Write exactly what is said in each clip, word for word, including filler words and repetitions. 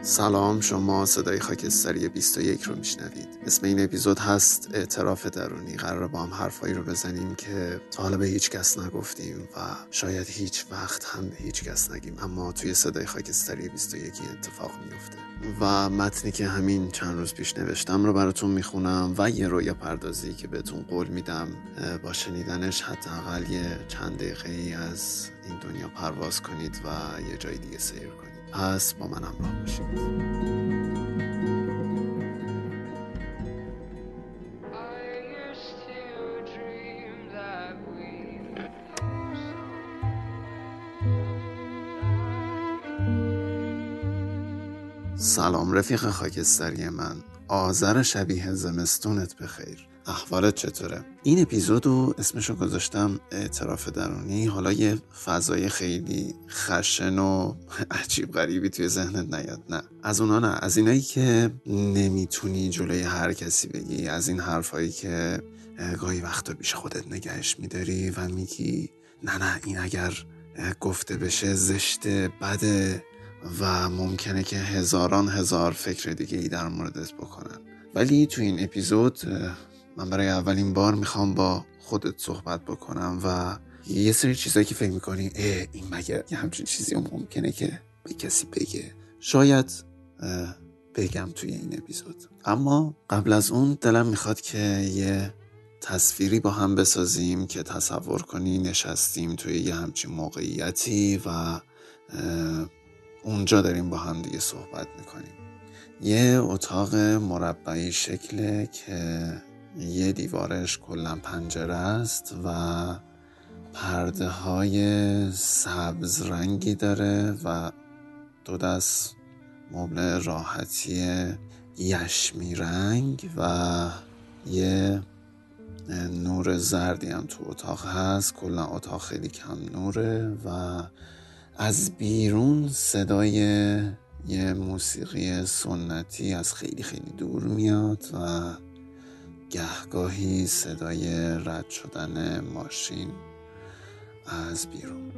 سلام، شما صدای خاکستری بیست و یک رو میشنوید. اسم این اپیزود هست اعتراف درونی. قراره با هم حرفایی رو بزنیم که تا حالا به هیچ کس نگفتیم و شاید هیچ وقت هم به هیچ کس نگیم، اما توی صدای خاکستری بیست و یک اتفاق میفته. و متنی که همین چند روز پیش نوشتم رو براتون میخونم و یه رویا پردازی که بهتون قول میدم با شنیدنش حداقل یه چند دقیقه ای از این دنیا پرواز کنید و یه جای دیگه سیر کنید. پس با من همراه باشید. سلام رفیق خاکستری من، آذر شبیه زمستونت بخیر. احوالت چطوره؟ این اپیزودو اسمشو گذاشتم اعتراف درونی. حالا یه فضای خیلی خشن و عجیب غریبی توی ذهنت نیاد، نه از اونا، نه از اینایی که نمیتونی جلوی هر کسی بگی، از این حرفایی که گاهی وقتا پیش خودت نگهش میداری و میگی نه نه این اگر گفته بشه زشته، بده و ممکنه که هزاران هزار فکر دیگه ای در موردت بکنن. ولی تو این اپیزود من برای اولین بار میخوام با خودت صحبت بکنم و یه سری چیزایی که فکر میکنی اه این مگه یه همچین چیزی ممکنه که به کسی بگه، شاید بگم توی این اپیزود. اما قبل از اون دلم میخواد که یه تصویری با هم بسازیم که تصور کنی نشستیم توی یه همچین موقعیتی و اونجا داریم با هم دیگه صحبت میکنیم. یه اتاق مربعی شکله که یه دیوارش کلا پنجره است و پرده های سبز رنگی داره و دو دست مبل راحتی یشمی رنگ و یه نور زردی هم تو اتاق هست. کلا اتاق خیلی کم نوره و از بیرون صدای یه موسیقی سنتی از خیلی خیلی دور میاد و گهگاهی صدای رد شدن ماشین از بیرون.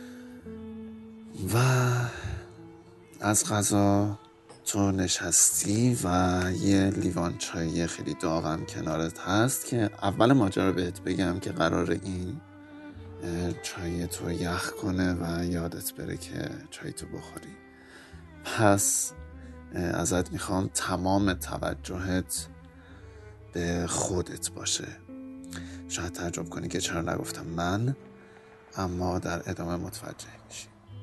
و از قضا تو نشستی و یه لیوان چای خیلی داغم کنارت هست که اول ماجرا بهت بگم که قرار این چای تو یخ کنه و یادت بره که چای تو بخوری. پس ازت میخوام تمام توجهت به خودت باشه. شاید تعجب کنی که چرا نگفتم من، اما در ادامه متوجه میشی.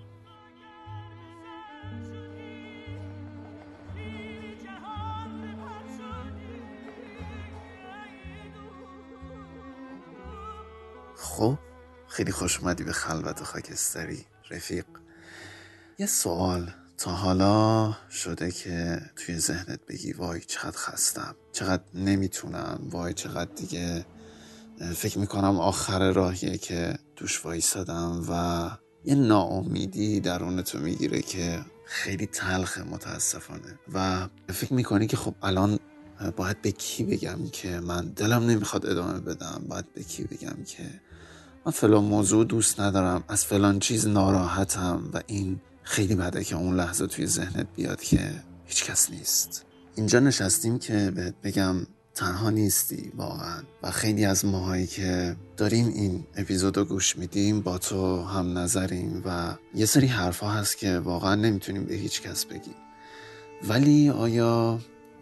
خب خیلی خوش اومدی به خلوت خاکستری رفیق. یه سوال، تا حالا شده که توی ذهنت بگی وای چقدر خستم، چقدر نمیتونم، وای چقدر دیگه فکر میکنم آخر راهیه که توش وایسادم و یه ناامیدی درونتو میگیره که خیلی تلخه متاسفانه و فکر میکنی که خب الان باید به کی بگم که من دلم نمیخواد ادامه بدم، باید به کی بگم که من فلان موضوع دوست ندارم، از فلان چیز ناراحتم و این خیلی بده که اون لحظه توی ذهنت بیاد که هیچ کس نیست. اینجا نشستیم که بهت بگم تنها نیستی واقعا و خیلی از ماهایی که داریم این اپیزودو گوش میدیم با تو هم نظریم و یه سری حرفا هست که واقعا نمیتونیم به هیچ کس بگیم. ولی آیا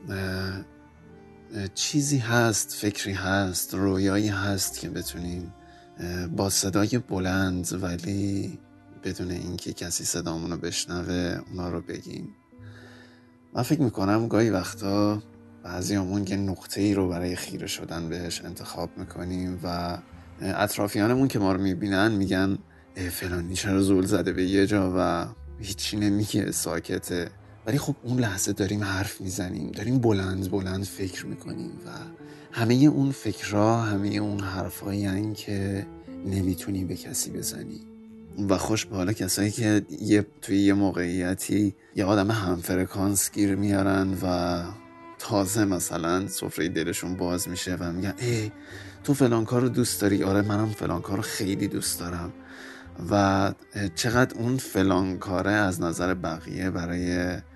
چیزی هست، فکری هست، رویایی هست که بتونیم با صدای بلند ولی بدون اینکه کسی صدامونو بشنوه اونا رو بگیم؟ من فکر میکنم گاهی وقتا بعضیامون یه نقطه‌ای رو برای خیره شدن بهش انتخاب میکنیم و اطرافیانمون که ما رو میبینن میگن فلانی چرا زول زده به یه جا و هیچی نمیگه، ساکته. ولی خب اون لحظه داریم حرف میزنیم، داریم بلند بلند فکر میکنیم و همه اون فکرها، همه اون حرفایی هستن که نمیتونی به کسی بزنی. و خوش به حالا کسایی که یه توی یه موقعیتی یه آدم همفرکانس گیر میارن و تازه مثلا سفره دلشون باز میشه و میگن ای تو فلان کار رو دوست داری؟ آره منم فلان کار رو خیلی دوست دارم. و چقدر اون فلان کاره از نظر بقیه برای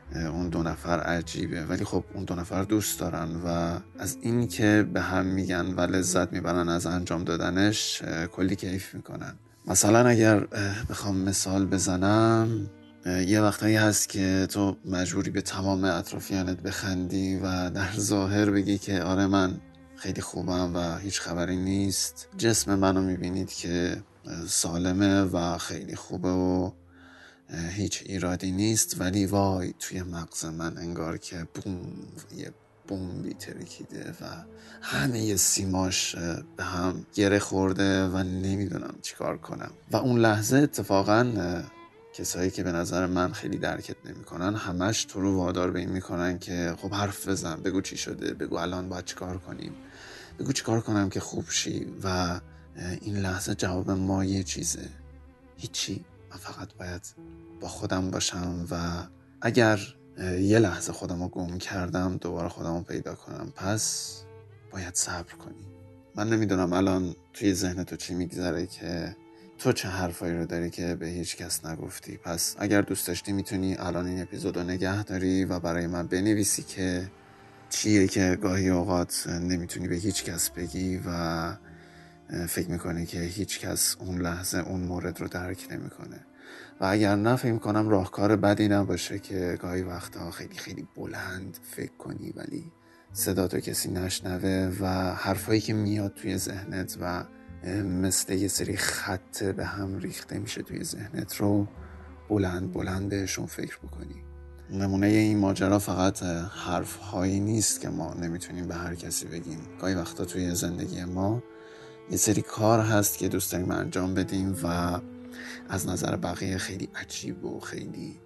اون دو نفر عجیبه، ولی خب اون دو نفر دوست دارن و از این که به هم میگن و لذت میبرن از انجام دادنش کلی کیف میکنن. مثلا اگر بخوام مثال بزنم، یه وقتایی هست که تو مجبوری به تمام اطرافیانت بخندی و در ظاهر بگی که آره من خیلی خوبم و هیچ خبری نیست. جسم منو میبینید که سالمه و خیلی خوبه و هیچ ایرادی نیست، ولی وای توی مغز من انگار که بوم یه بومبی ترکیده و همه یه سیماش به هم گره خورده و نمیدونم چیکار کنم. و اون لحظه اتفاقا کسایی که به نظر من خیلی درکت نمیکنن همش تو رو وادار به این میکنن که خب حرف بزن، بگو چی شده، بگو الان باید چیکار کنیم، بگو چیکار کنم که خوب شی. و این لحظه جواب ما یه چیزه، هیچی. من فقط باید با خودم باشم و اگر یه لحظه خودم رو گم کردم دوباره خودم رو پیدا کنم، پس باید صبر کنی. من نمیدونم الان توی ذهن تو چی میگذره که تو چه حرفایی رو داری که به هیچ کس نگفتی. پس اگر دوست داشتی میتونی الان این اپیزود رو نگه داری و برای من بنویسی که چیه که گاهی اوقات نمیتونی به هیچ کس بگی و فکر میکنی که هیچ کس اون لحظه اون مورد رو درک نمیکنه. و اگر نه، فکر میکنم راهکار بدی نباشه که گاهی وقتا خیلی خیلی بلند فکر کنی ولی صدا تو کسی نشنوه و حرفایی که میاد توی ذهنت و مثل یه سری خط به هم ریخته میشه توی ذهنت رو بلند بلند بهشون فکر بکنی. نمونه این ماجرا فقط حرف هایی نیست که ما نمیتونیم به هر کسی بگیم. گاهی وقتا توی زندگی ما یه سری کار هست که دوست داریم انجام بدیم و از نظر بقیه خیلی عجیب و خیلی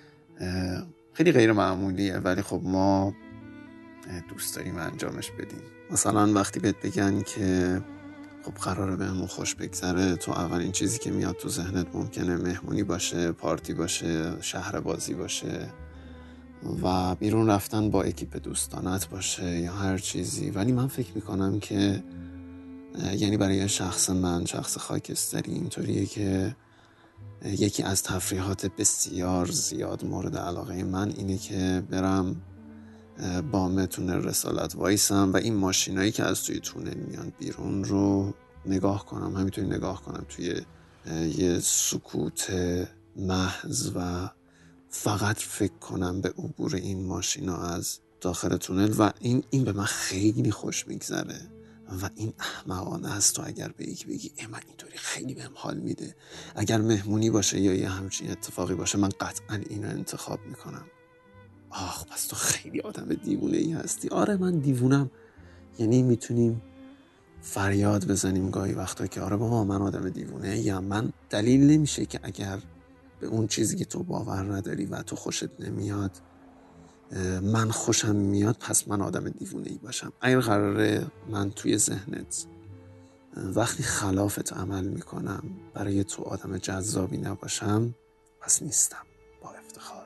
خیلی غیر معمولیه، ولی خب ما دوست داریم انجامش بدیم. مثلا وقتی بهت بگن که خب قراره بهمون خوش بگذره، تو اولین چیزی که میاد تو ذهنت ممکنه مهمونی باشه، پارتی باشه، شهر بازی باشه و بیرون رفتن با اکیپ دوستانت باشه یا هر چیزی. ولی من فکر میکنم که یعنی برای شخص من، شخص خاکستری، اینطوریه که یکی از تفریحات بسیار زیاد مورد علاقه من اینه که برم بام تونل رسالت وایسم و این ماشینایی که از توی تونل میان بیرون رو نگاه کنم. همینطوری نگاه کنم توی یه سکوت محض و فقط فکر کنم به عبور این ماشینا از داخل تونل و این این به من خیلی خوش میگذره. و این احمقانه است تو اگر به یک بگی اه من اینطوری خیلی بهم حال میده. اگر مهمونی باشه یا یه همچین اتفاقی باشه من قطعا اینو انتخاب میکنم. آخ پس تو خیلی آدم دیوونه ای هستی. آره من دیوونم، یعنی میتونیم فریاد بزنیم گاهی وقتا که آره بابا من آدم دیوونه یا من دلیل نمیشه که اگر به اون چیزی که تو باور نداری و تو خوشت نمیاد من خوشم میاد پس من آدم دیوونه ای باشم. اگر قراره من توی ذهنت وقتی خلافت عمل میکنم برای تو آدم جذابی نباشم پس نیستم. با افتخار.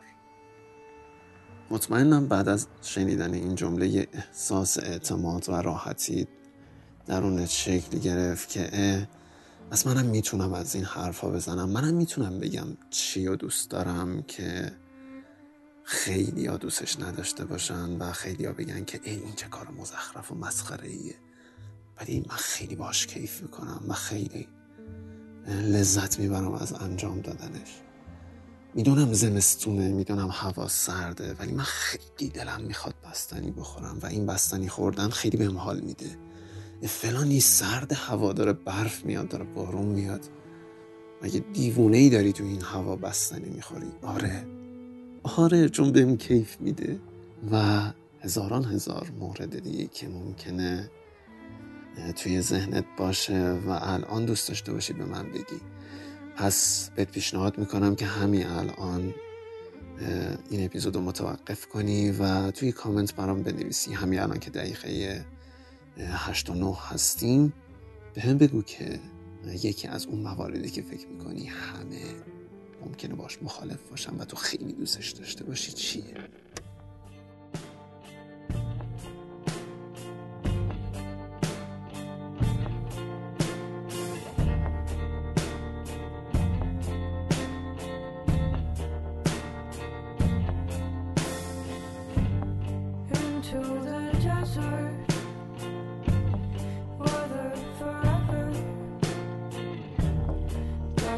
مطمئنم بعد از شنیدن این جمله احساس اعتماد و راحتی درونت شکل گرفت که پس منم میتونم از این حرفا بزنم، منم میتونم بگم چی رو دوست دارم که خیلی ها دوستش نداشته باشن و خیلی ها بگن که ای این چه کار مزخرف و مسخره ایه، ولی من خیلی باش کیف میکنم و خیلی لذت میبرم از انجام دادنش. میدونم زمستونه، میدونم هوا سرده، ولی من خیلی دلم میخواد بستنی بخورم و این بستنی خوردن خیلی بهم حال میده. فلانی سرد، هوا داره برف میاد، داره بارون میاد، مگه دیوونه ای داری تو این هوا بستنی میخوری؟ آره آره چون بهم کیف میده. و هزاران هزار مورد دیگه که ممکنه توی ذهنت باشه و الان دوست داشته باشی به من بگی. پس بهت پیشنهاد میکنم که همین الان این اپیزود رو متوقف کنی و توی کامنت برام بنویسی. همین الان که دقیقه هشت و نه هستیم به هم بگو که یکی از اون مواردی که فکر میکنی همه ممکنه باش مخالف باشن و تو خیلی دوستش داشته باشی چیه؟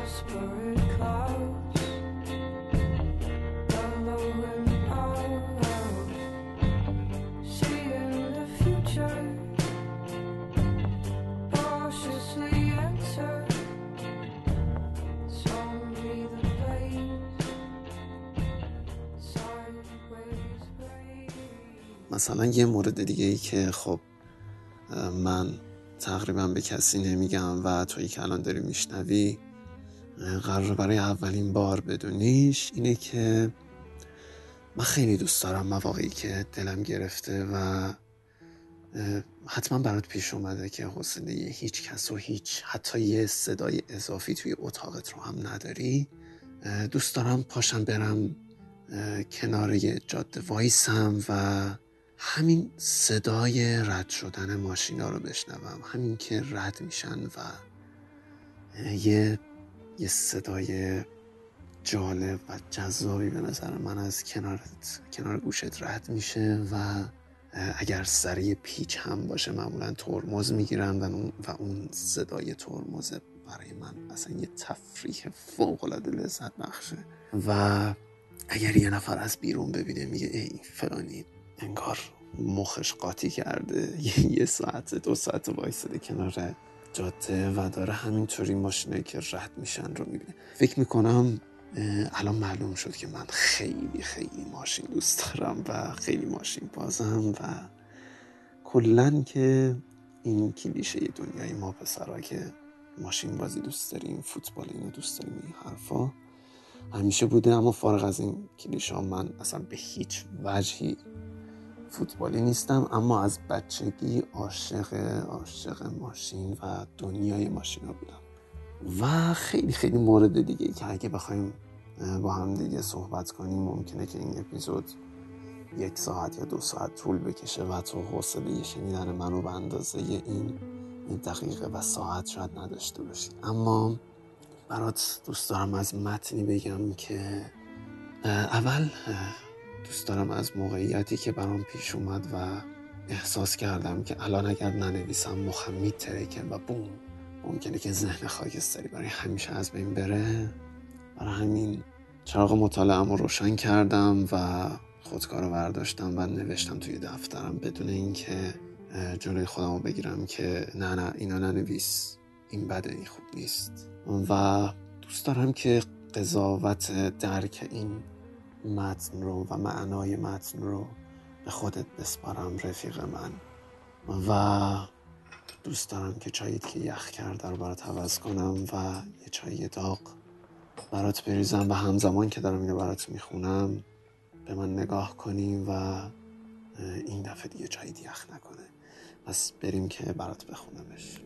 مثلا یه مورد دیگه ای که خب من تقریبا به کسی نمیگم و تویی که الان داری میشنوی قرار برای اولین بار بدونیش اینه که من خیلی دوست دارم مواقعی که دلم گرفته و حتما برات پیش اومده که حوصله هیچ کس و هیچ حتی یه صدای اضافی توی اتاقت رو هم نداری، دوست دارم پاشم برم کنار یه جاده وایسم و همین صدای رد شدن ماشینا رو بشنوم، همین که رد میشن و یه یه صدای جالب و جذابی به نظر من از کنارت کنار گوشت رد میشه و اگر سری پیچ هم باشه معمولا ترمز میگیرن و اون, و اون صدای ترمز برای من اصلا یه تفریح فوق‌العاده لذت بخشه و اگر یه نفر از بیرون ببینه میگه ای فلانی انگار مخش قاطی کرده یه ساعت دو ساعت وایساده کنار جاده و داره همینطوری ماشینایی که رد میشن رو میبینه. فکر میکنم الان معلوم شد که من خیلی خیلی ماشین دوست دارم و خیلی ماشین بازم و کلن که این کلیشه دنیای ما پسرها که ماشین بازی دوست داریم، فوتبال اینو دوست داریم، این حرفا همیشه بوده. اما فارغ از این کلیشه من اصلا به هیچ وجهی فوتبالی نیستم، اما از بچگی عاشق عاشق ماشین و دنیای ماشینا بودم و خیلی خیلی مورد دیگه که اگه بخوایم با هم دیگه صحبت کنیم ممکنه که این اپیزود یک ساعت یا دو ساعت طول بکشه و تو حوصله شنیدن منو به اندازه این دقیقه و ساعت شاید نداشته باشی. اما برات دوست دارم از متنی بگم که اول دوست دارم از موقعیتی که برام پیش اومد و احساس کردم که الان اگر ننویسم مخم میترکه و بوم ممکنه که ذهن خاکستری برای همیشه از بین بره. برای همین چراغ مطالعه‌ام رو روشن کردم و خودکار رو برداشتم و نوشتم توی دفترم بدون اینکه جلوی خودم رو بگیرم که نه نه اینا ننویس، این بده، این خوب نیست. و دوست دارم که قضاوت درک این متن رو و معنای متن رو به خودت بسپارم رفیق من و دوست دارم که چاییت که یخ کرده رو برات عوض کنم و یه چای داغ برات بریزم و همزمان که دارم اینو برات میخونم به من نگاه کنی و این دفعه دیگه چاییت یخ نکنه. پس بریم که برات بخونمش.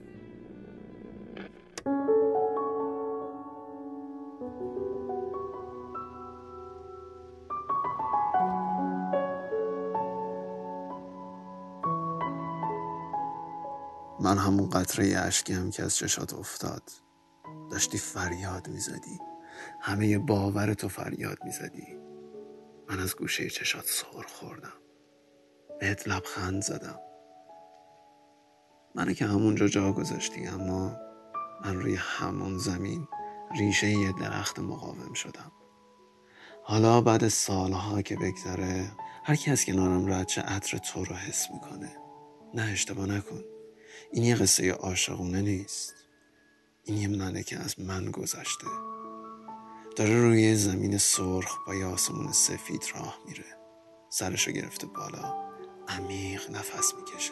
من همون قطره اشکیم که از چشات افتاد. داشتی فریاد میزدی، همه باور تو فریاد میزدی. من از گوشه چشات سر خوردم، بهت لبخند زدم. منو که همونجا جا گذاشتی، اما من روی همون زمین ریشه یه درخت مقاوم شدم. حالا بعد سالها که بگذره هر کی از کنارم رد شه عطر تو رو حس میکنه. نه اشتباه نکن، این یه قصه عاشقونه نیست، این یه منه که از من گذشته. داره روی زمین سرخ با یه آسمون سفید راه میره، سرشو گرفته بالا، عمیق نفس میکشه،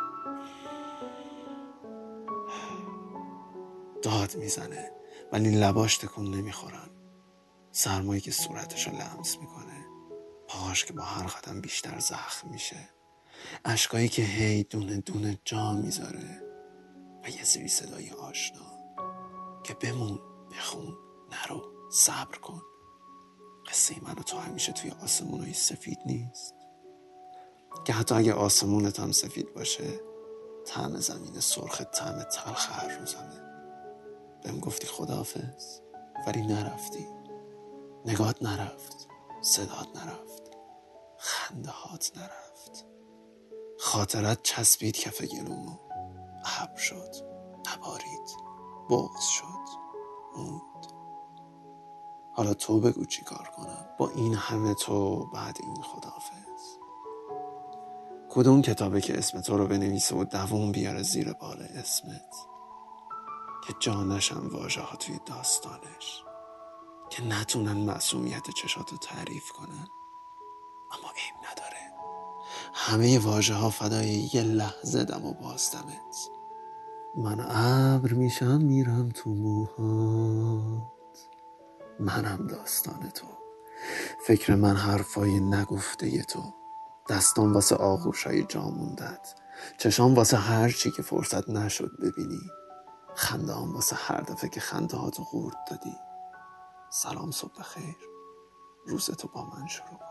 داد میزنه ولی لباش تکون نمیخورن. سرمایی که صورتشو لمس میکنه، پاهاش که با هر قدم بیشتر زخم میشه، اشکایی که هی دونه دونه جا میذاره و یه سری صدای آشنا که بمون، بخون، نرو، صبر کن. قصه من و تو همیشه توی آسمونای سفید نیست، که حتی اگه آسمونت هم سفید باشه طعم زمین سرخ طعم تلخ هر روزمه. بهم گفتی خداحافظ ولی نرفتی، نگات نرفت، صدات نرفت، خنده هات نرفت، خاطرت چسبید کف گلومو، ابر شد، نبارید، بغض شد، موند. حالا تو بگو چی کار کنم با این همه تو بعد این خداحافظ؟ کدوم کتابه که اسم تو رو بنویسه و دووم بیاره زیر بال اسمت، که جانشم واژه ها توی داستانش، که نتونن معصومیت چشاتو تعریف کنن، اما عیب نداره، همه واژه ها فدای یه لحظه دم و بازدمت. من ابر میشم میرم تو موهات، منم داستان تو، فکر من حرفای نگفته ی تو، دستان واسه آغوشای جا موندت، چشام واسه هر چی که فرصت نشد ببینی، خندهام واسه هر دفعه که خنده هاتو قورت دادی. سلام، صبح خیر، روز تو با من شروع کن.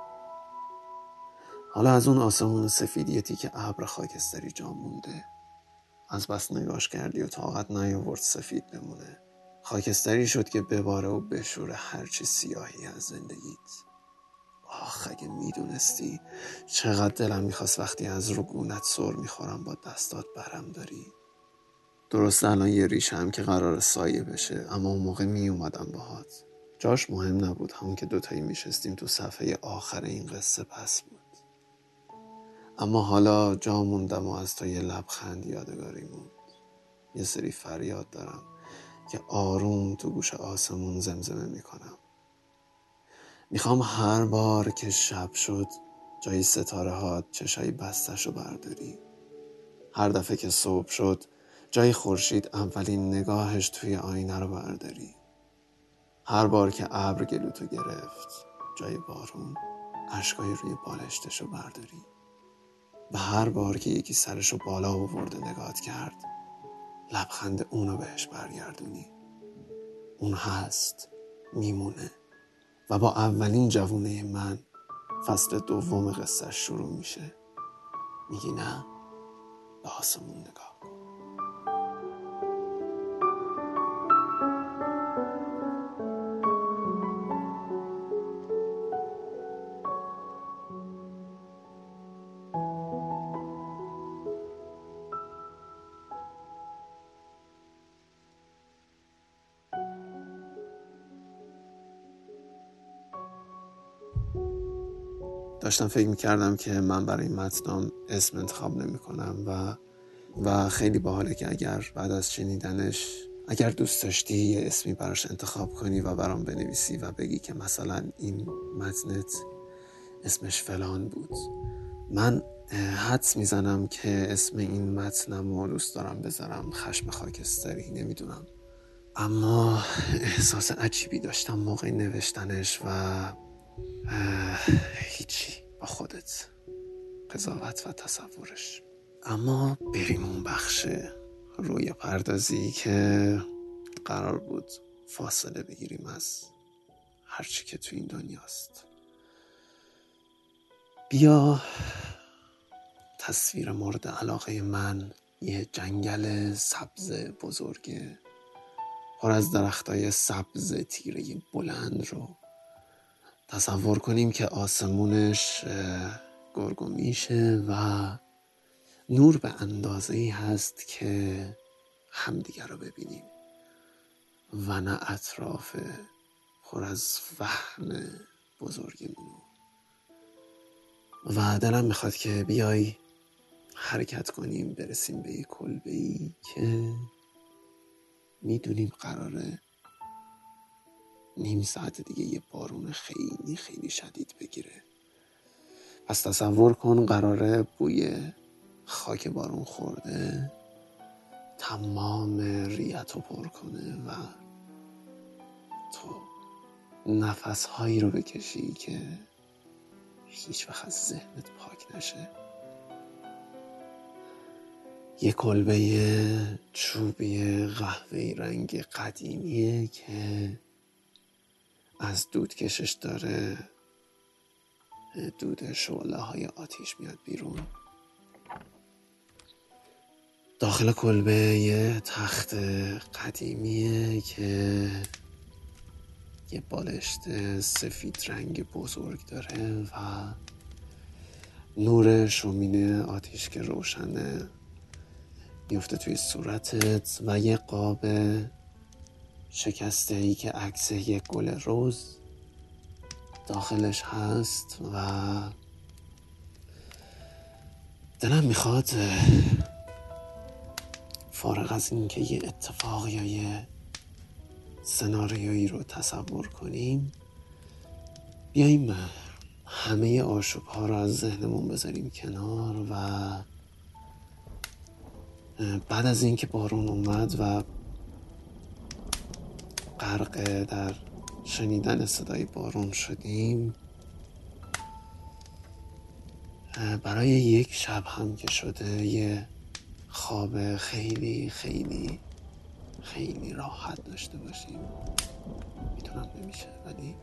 حالا از اون آسمون سفیدیتی که ابر خاکستری جا مونده، از بس نگاش کردی و طاقت نیاورد سفید بمونه، خاکستری شد که بباره و بشوره هرچی سیاهی از زندگیت. آخ اگه میدونستی چقدر دلم میخواست وقتی از رو گونت سر میخورم با دستات برم داری. درست الان یه ریشه هم که قرار سایه بشه، اما اون موقع میومدم باهات، جاش مهم نبود، همون که دوتایی میشستیم تو صفحه آخر این قصه پس بود. اما حالا جا موندم و از تو یه لبخند یادگاری موند. یه سری فریاد دارم که آروم تو گوش آسمون زمزمه میکنم. میخوام هر بار که شب شد جای ستاره هات چشای بستشو برداری. هر دفعه که صبح شد جای خورشید اولین نگاهش توی آینه رو برداری. هر بار که ابر گلوتو گرفت جای بارون اشکای روی بالشتشو برداری. و هر بار که یکی سرشو بالا آورده نگات کرد لبخند اونو بهش برگردونی. اون هست، میمونه و با اولین جوونه من فصل دوم قصه شروع میشه. میگی نه؟ به آسمون نگاه کن. داشتم فکر میکردم که من برای متنام اسم انتخاب نمی کنم و و خیلی باحاله که اگر بعد از شنیدنش اگر دوست داشتی یه اسمی براش انتخاب کنی و برام بنویسی و بگی که مثلا این متنت اسمش فلان بود. من حدس میزنم که اسم این متنم رو دوست دارم بذارم خشم خاکستری، نمیدونم، اما احساس عجیبی داشتم موقع نوشتنش و هیچی با خودت، قضاوت و تصورش. اما بریم اون بخش روی پردازی که قرار بود فاصله بگیریم از هرچی که تو این دنیاست. بیا تصویر مورد علاقه من یه جنگل سبز بزرگه پر از درختای سبز تیره بلند رو تصور کنیم که آسمونش گرگ و میشه و نور به اندازه‌ای هست که همدیگر رو ببینیم و نه اطراف پر از وهم بزرگمون. و دلم میخواد که بیای حرکت کنیم برسیم به یک کلبه‌ای که میدونیم قراره نیم ساعت دیگه یه بارون خیلی خیلی شدید بگیره. پس تصور کن قراره بوی خاک بارون خورده تمام ریه‌تو پر کنه و تو نفس هایی رو بکشی که هیچ وقت از ذهنت پاک نشه. یه کلبه چوبی قهوه‌ای رنگ قدیمیه که از دود کشش داره دود شعله های آتیش میاد بیرون. داخل کلبه یه تخت قدیمیه که یه بالشت سفید رنگ بزرگ داره و نور شومینه آتیش که روشنه میفته توی صورتت و یه قاب شکسته ای که عکس یک گل رز داخلش هست و دلم میخواد فارغ از این که یه اتفاق یا یه سناریویی رو تصور کنیم بیاییم همه آشوب ها رو از ذهنمون بذاریم کنار و بعد از اینکه بارون اومد و غرق در شنیدن صدای بارون شدیم برای یک شب هم که شده یه خواب خیلی خیلی خیلی راحت داشته باشیم. میتونم نمیشه ولی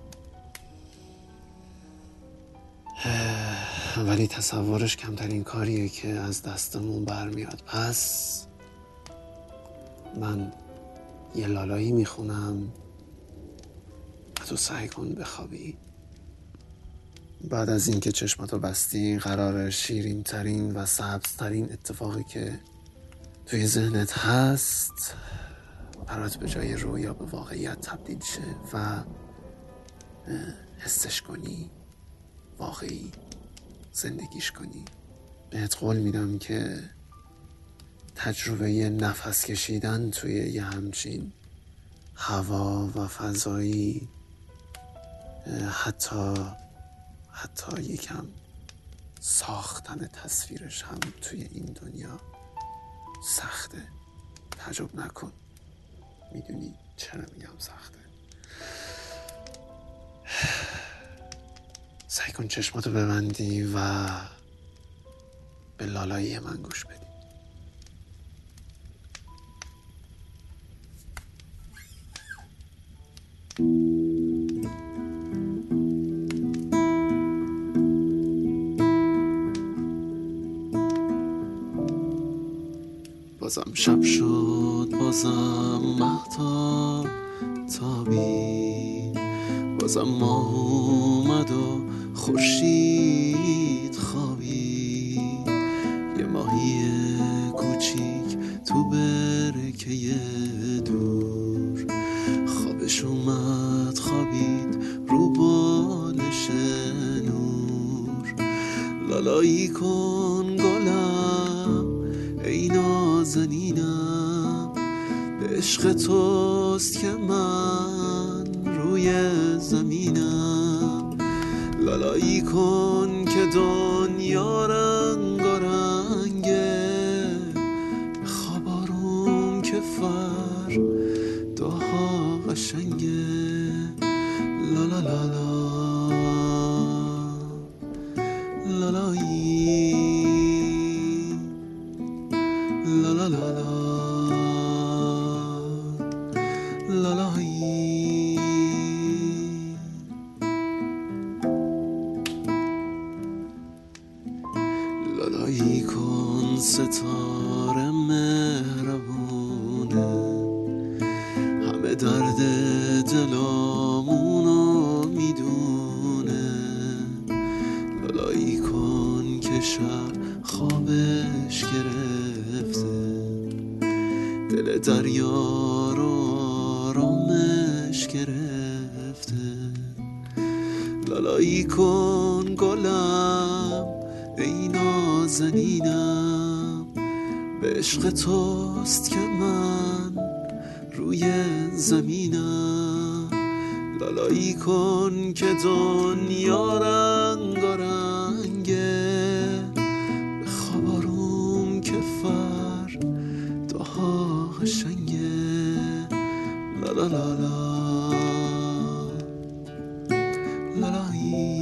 ولی تصورش کمترین کاریه که از دستمون برمیاد. پس من یه لالایی میخونم و تو سعی کن بخوابی. بعد از اینکه چشماتو بستی قراره شیرین ترین و سبز ترین اتفاقی که توی ذهنت هست برات به جای رویا به واقعیت تبدیل شه و حسش کنی، واقعی زندگیش کنی. بهت قول میدم که تجربه ی نفس کشیدن توی یه همچین هوا و فضایی حتی حتی یکم ساختن تصویرش هم توی این دنیا سخته. تعجب نکن، میدونی چرا میگم سخته. سعی کن چشماتو ببندی و به لالایی من گوش بدی. بازم شب شد، بازم مهتاب تابید، بازم ماه اومد و خورشید خوابید. یه ماهی کوچیک تو برکه دور خوابش اومد خوابید رو بالش نور. لالایی کن گلم ای نازنینم، به عشق توست که من روی زمینم. لالایی کن که دنیا رنگارنگه، خواب آروم که فرداها قشنگه. لالا لالا لالایی لا لا لا لا لالایی. لالایی کن ستاره مهربونه، همه درد دلامونو میدونه. لالایی کن که شب خوابش گرفته، دل دریا رو آرامش گرفته. لالایی کن گلم ای نازنینم، به عشق توست که من روی زمینم. لالایی کن که دنیا رنگارنگه، به خواب آروم که فرداها قشنگه. لا لا لا لا لالایی